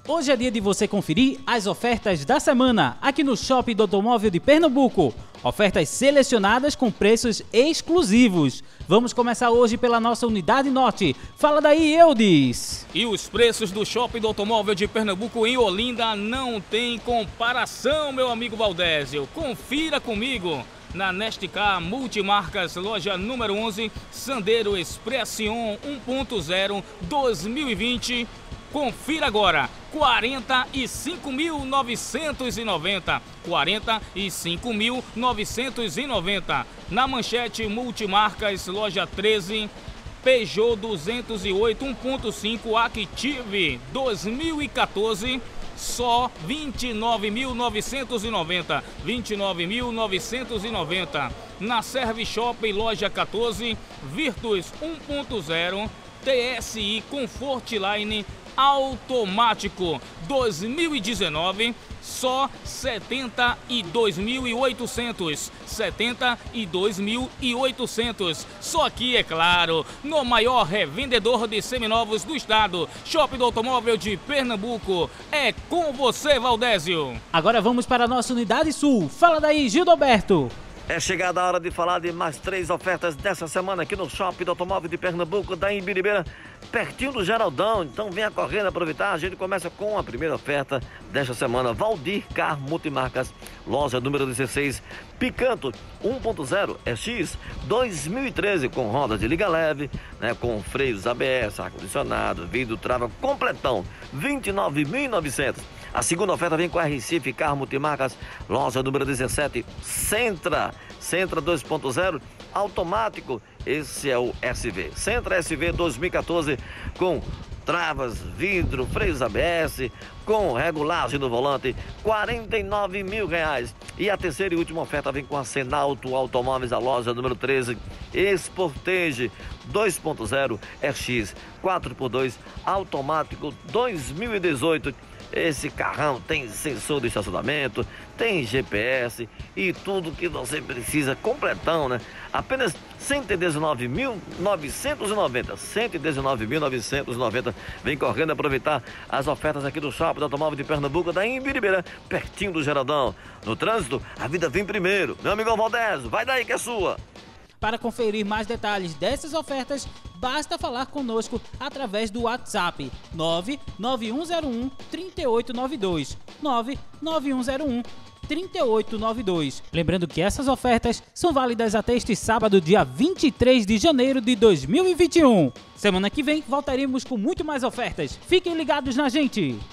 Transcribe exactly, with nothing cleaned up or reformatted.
Hoje é dia de você conferir as ofertas da semana aqui no Shopping do Automóvel de Pernambuco. Ofertas selecionadas com preços exclusivos. Vamos começar hoje pela nossa Unidade Norte. Fala daí, Eudes! E os preços do Shopping do Automóvel de Pernambuco em Olinda não tem comparação, meu amigo Valdésio. Confira comigo. Na Nestcar Multimarcas, loja número onze, Sandero Expression um ponto zero dois mil e vinte. Confira agora, quarenta e cinco mil novecentos e noventa, quarenta e cinco mil novecentos e noventa. Na Manchete Multimarcas, loja treze, Peugeot duzentos e oito um ponto cinco Active dois mil e quatorze, só vinte e nove mil novecentos e noventa, vinte e nove mil novecentos e noventa. Na Serve Shopping, loja quatorze, Virtus um ponto zero T S I Comfortline automático dois mil e dezenove, só setenta e dois mil e oitocentos, setenta e dois mil e oitocentos. Só aqui, é claro, no maior revendedor de seminovos do estado, Shopping do Automóvel de Pernambuco. É com você, Valdésio. Agora vamos para a nossa Unidade Sul. Fala daí, Gildoberto. É chegada a hora de falar de mais três ofertas dessa semana aqui no Shopping do Automóvel de Pernambuco, da Imbiribeira, pertinho do Geraldão. Então venha correndo aproveitar. A gente começa com a primeira oferta desta semana. Valdir Car Multimarcas, loja número dezesseis, Picanto um ponto zero X dois mil e treze, com rodas de liga leve, né, com freios A B S, ar-condicionado, vidro trava completão, vinte e nove mil e novecentos. A segunda oferta vem com a Recife Car Multimarcas, loja número dezessete, Sentra, Sentra dois ponto zero, automático, esse é o S V, Sentra S V dois mil e quatorze, com travas, vidro, freios A B S, com regulagem no volante, quarenta e nove mil reais. E a terceira e última oferta vem com a Senalto Automóveis, a loja número treze, Sportage dois ponto zero X quatro por dois, automático dois mil e dezoito. Esse carrão tem sensor de estacionamento, tem G P S e tudo que você precisa, completão, né? Apenas cento e dezenove mil novecentos e noventa, cento e dezenove mil novecentos e noventa. Vem correndo aproveitar as ofertas aqui do Shopping do Automóvel de Pernambuco, da Imbiribeira, pertinho do Geraldão. No trânsito, a vida vem primeiro. Meu amigão Valdésio, vai daí que é sua. Para conferir mais detalhes dessas ofertas, basta falar conosco através do WhatsApp nove nove um zero um, três oito nove dois, nove nove um zero um, três oito nove dois. Lembrando que essas ofertas são válidas até este sábado, dia vinte e três de janeiro de dois mil e vinte e um. Semana que vem voltaremos com muito mais ofertas. Fiquem ligados na gente!